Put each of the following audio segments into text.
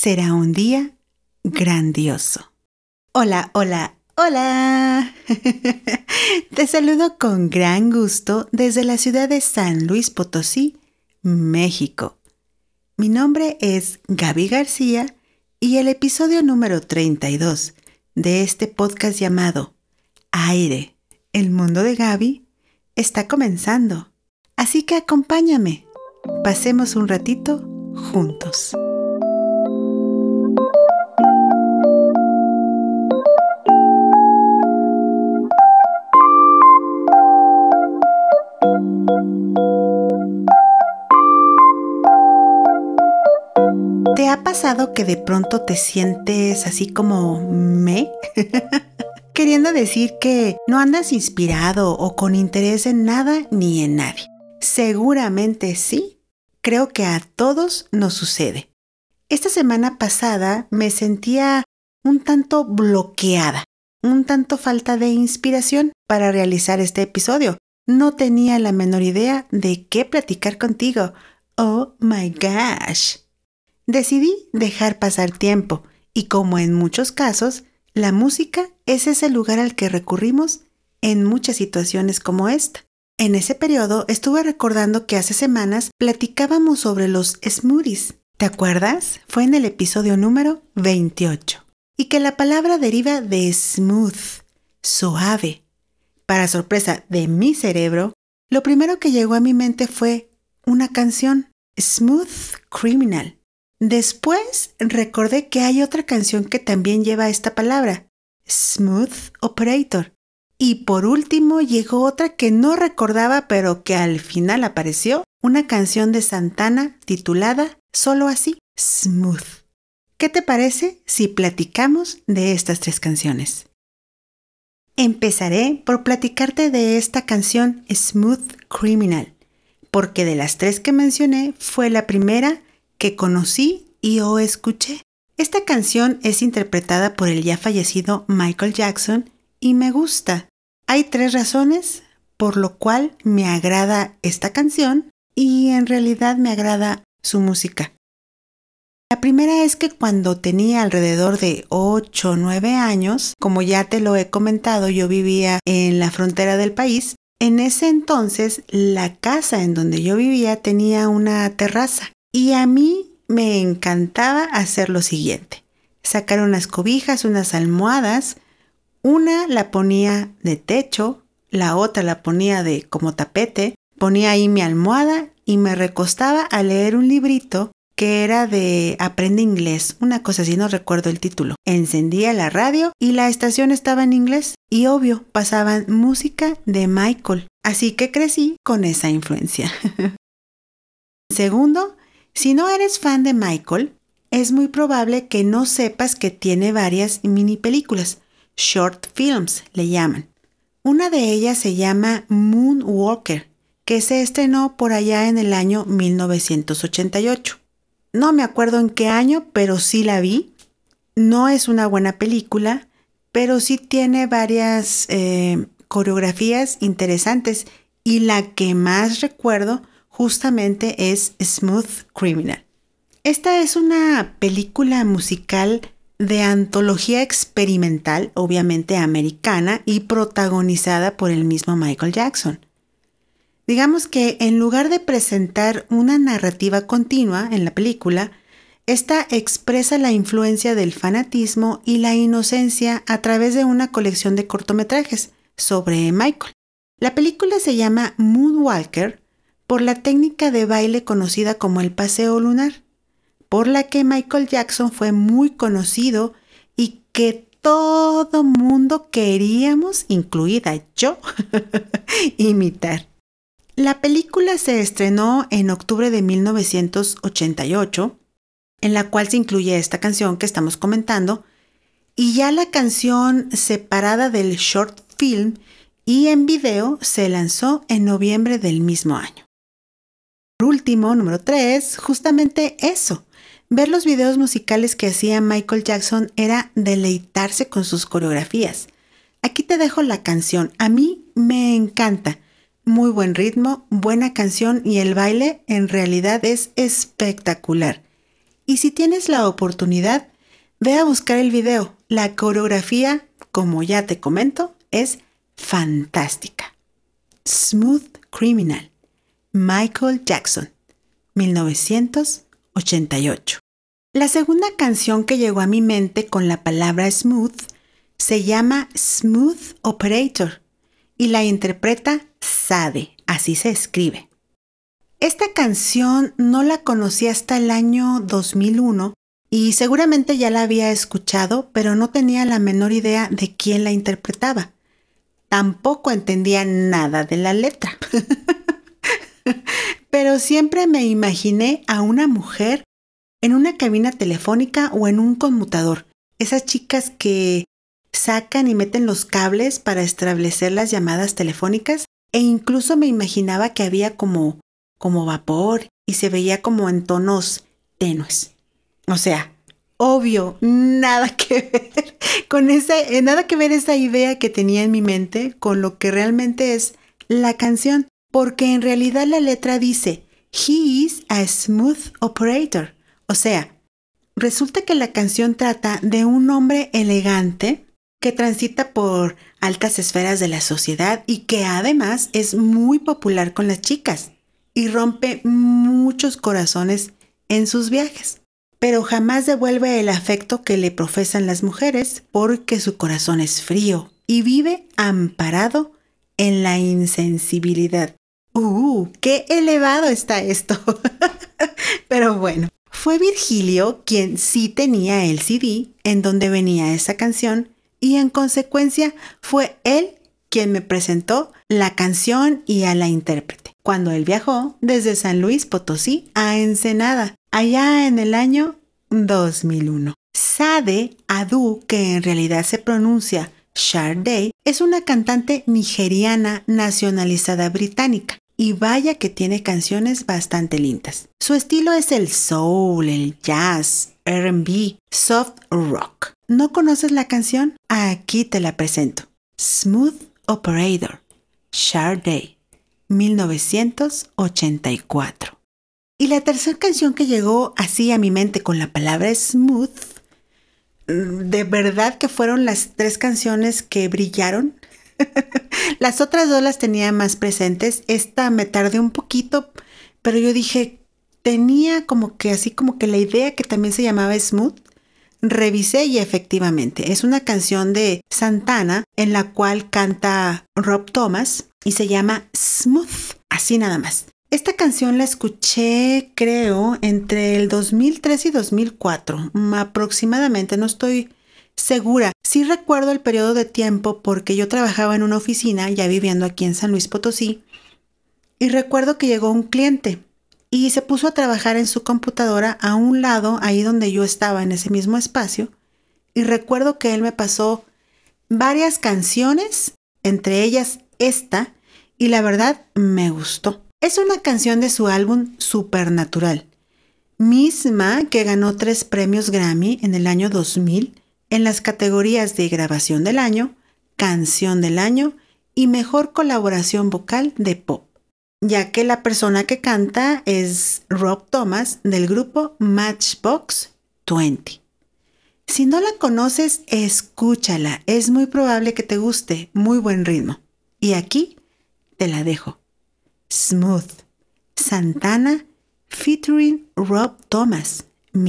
será un día grandioso. Hola, hola, hola. Te saludo con gran gusto desde la ciudad de San Luis Potosí, México. Mi nombre es Gaby García y el episodio número 32 de este podcast llamado Aire, el mundo de Gaby, está comenzando. Así que acompáñame, pasemos un ratito juntos. ¿Te ha pasado que de pronto te sientes así como queriendo decir que no andas inspirado o con interés en nada ni en nadie? Seguramente sí. Creo que a todos nos sucede. Esta semana pasada me sentía un tanto bloqueada, un tanto falta de inspiración para realizar este episodio. No tenía la menor idea de qué platicar contigo. Oh my gosh. Decidí dejar pasar tiempo y, como en muchos casos, la música es ese lugar al que recurrimos en muchas situaciones como esta. En ese periodo estuve recordando que hace semanas platicábamos sobre los smoothies. ¿Te acuerdas? Fue en el episodio número 28. Y que la palabra deriva de smooth, suave. Para sorpresa de mi cerebro, lo primero que llegó a mi mente fue una canción, Smooth Criminal. Después recordé que hay otra canción que también lleva esta palabra, Smooth Operator. Y por último llegó otra que no recordaba pero que al final apareció, una canción de Santana titulada solo así, Smooth. ¿Qué te parece si platicamos de estas tres canciones? Empezaré por platicarte de esta canción Smooth Criminal, porque de las tres que mencioné fue la primera que conocí y o escuché. Esta canción es interpretada por el ya fallecido Michael Jackson y me gusta. Hay tres razones por lo cual me agrada esta canción y en realidad me agrada su música. La primera es que cuando tenía alrededor de 8 o 9 años, como ya te lo he comentado, yo vivía en la frontera del país. En ese entonces, la casa en donde yo vivía tenía una terraza y a mí me encantaba hacer lo siguiente: sacar unas cobijas, unas almohadas, una la ponía de techo, la otra la ponía de como tapete, ponía ahí mi almohada y me recostaba a leer un librito que era de Aprende Inglés, una cosa así, no recuerdo el título. Encendía la radio y la estación estaba en inglés y obvio pasaban música de Michael, así que crecí con esa influencia. Segundo, si no eres fan de Michael, es muy probable que no sepas que tiene varias mini películas, short films le llaman. Una de ellas se llama Moonwalker, que se estrenó por allá en el año 1988. No me acuerdo en qué año, pero sí la vi. No es una buena película, pero sí tiene varias coreografías interesantes y la que más recuerdo justamente es Smooth Criminal. Esta es una película musical de antología experimental, obviamente americana, y protagonizada por el mismo Michael Jackson. Digamos que en lugar de presentar una narrativa continua en la película, esta expresa la influencia del fanatismo y la inocencia a través de una colección de cortometrajes sobre Michael. La película se llama Moonwalker por la técnica de baile conocida como el paseo lunar, por la que Michael Jackson fue muy conocido y que todo mundo queríamos, incluida yo, imitar. La película se estrenó en octubre de 1988, en la cual se incluye esta canción que estamos comentando, y ya la canción separada del short film y en video se lanzó en noviembre del mismo año. Por último, número 3, justamente eso. Ver los videos musicales que hacía Michael Jackson era deleitarse con sus coreografías. Aquí te dejo la canción. A mí me encanta. Muy buen ritmo, buena canción y el baile en realidad es espectacular. Y si tienes la oportunidad, ve a buscar el video. La coreografía, como ya te comento, es fantástica. Smooth Criminal, Michael Jackson, 1988. La segunda canción que llegó a mi mente con la palabra smooth se llama Smooth Operator y la interpreta Sade, así se escribe. Esta canción no la conocí hasta el año 2001 y seguramente ya la había escuchado, pero no tenía la menor idea de quién la interpretaba. Tampoco entendía nada de la letra. Pero siempre me imaginé a una mujer en una cabina telefónica o en un conmutador. Esas chicas que sacan y meten los cables para establecer las llamadas telefónicas. E incluso me imaginaba que había como vapor y se veía como en tonos tenues. O sea, obvio, nada que ver con nada que ver esa idea que tenía en mi mente con lo que realmente es la canción, porque en realidad la letra dice "He is a smooth operator". O sea, resulta que la canción trata de un hombre elegante que transita por altas esferas de la sociedad y que además es muy popular con las chicas y rompe muchos corazones en sus viajes. Pero jamás devuelve el afecto que le profesan las mujeres porque su corazón es frío y vive amparado en la insensibilidad. ¡Qué elevado está esto! Pero bueno, fue Virgilio quien sí tenía el CD en donde venía esa canción y en consecuencia fue él quien me presentó la canción y a la intérprete cuando él viajó desde San Luis Potosí a Ensenada, allá en el año 2001. Sade Adu, que en realidad se pronuncia Sade, es una cantante nigeriana nacionalizada británica. Y vaya que tiene canciones bastante lindas. Su estilo es el soul, el jazz, R&B, soft rock. ¿No conoces la canción? Aquí te la presento. Smooth Operator, Sade, 1984. Y la tercera canción que llegó así a mi mente con la palabra smooth, de verdad que fueron las tres canciones que brillaron. Las otras dos las tenía más presentes. Esta me tardé un poquito, pero yo dije, tenía como que la idea que también se llamaba Smooth. Revisé y efectivamente es una canción de Santana en la cual canta Rob Thomas y se llama Smooth, así nada más. Esta canción la escuché, creo, entre el 2003 y 2004, aproximadamente, no estoy segura. Sí recuerdo el periodo de tiempo porque yo trabajaba en una oficina ya viviendo aquí en San Luis Potosí y recuerdo que llegó un cliente y se puso a trabajar en su computadora a un lado, ahí donde yo estaba en ese mismo espacio, y recuerdo que él me pasó varias canciones, entre ellas esta, y la verdad me gustó. Es una canción de su álbum Supernatural, misma que ganó 3 premios Grammy en el año 2000 en las categorías de Grabación del Año, Canción del Año y Mejor Colaboración Vocal de Pop, ya que la persona que canta es Rob Thomas del grupo Matchbox 20. Si no la conoces, escúchala, es muy probable que te guste, muy buen ritmo. Y aquí te la dejo. Smooth, Santana featuring Rob Thomas,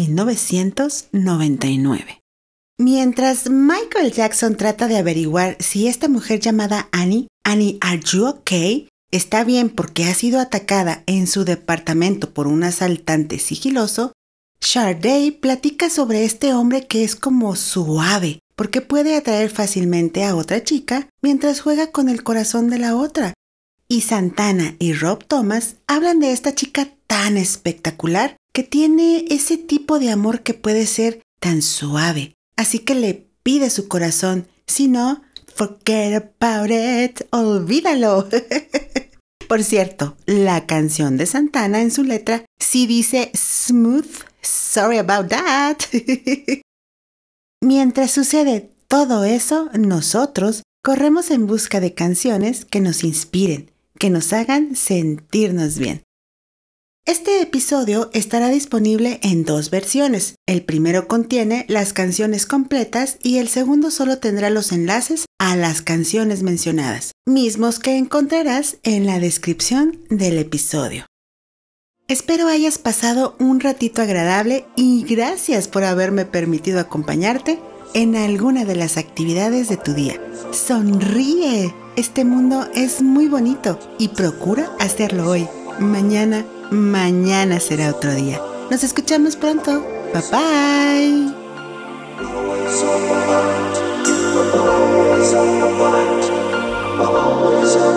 1999. Mientras Michael Jackson trata de averiguar si esta mujer llamada Annie, ¿are you okay?, está bien porque ha sido atacada en su departamento por un asaltante sigiloso, Sade platica sobre este hombre que es como suave, porque puede atraer fácilmente a otra chica mientras juega con el corazón de la otra. Y Santana y Rob Thomas hablan de esta chica tan espectacular que tiene ese tipo de amor que puede ser tan suave. Así que le pide su corazón, si no, forget about it, olvídalo. Por cierto, la canción de Santana en su letra sí dice smooth, sorry about that. Mientras sucede todo eso, nosotros corremos en busca de canciones que nos inspiren, que nos hagan sentirnos bien. Este episodio estará disponible en 2 versiones. El primero contiene las canciones completas y el segundo solo tendrá los enlaces a las canciones mencionadas, mismos que encontrarás en la descripción del episodio. Espero hayas pasado un ratito agradable y gracias por haberme permitido acompañarte en alguna de las actividades de tu día. Sonríe, este mundo es muy bonito y procura hacerlo hoy. Mañana será otro día. Nos escuchamos pronto. Bye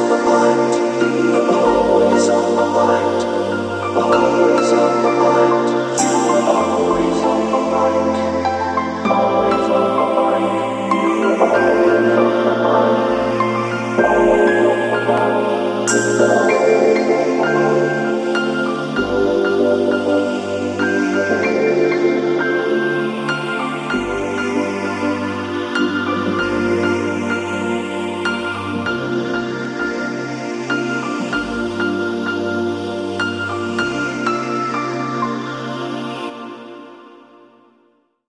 bye.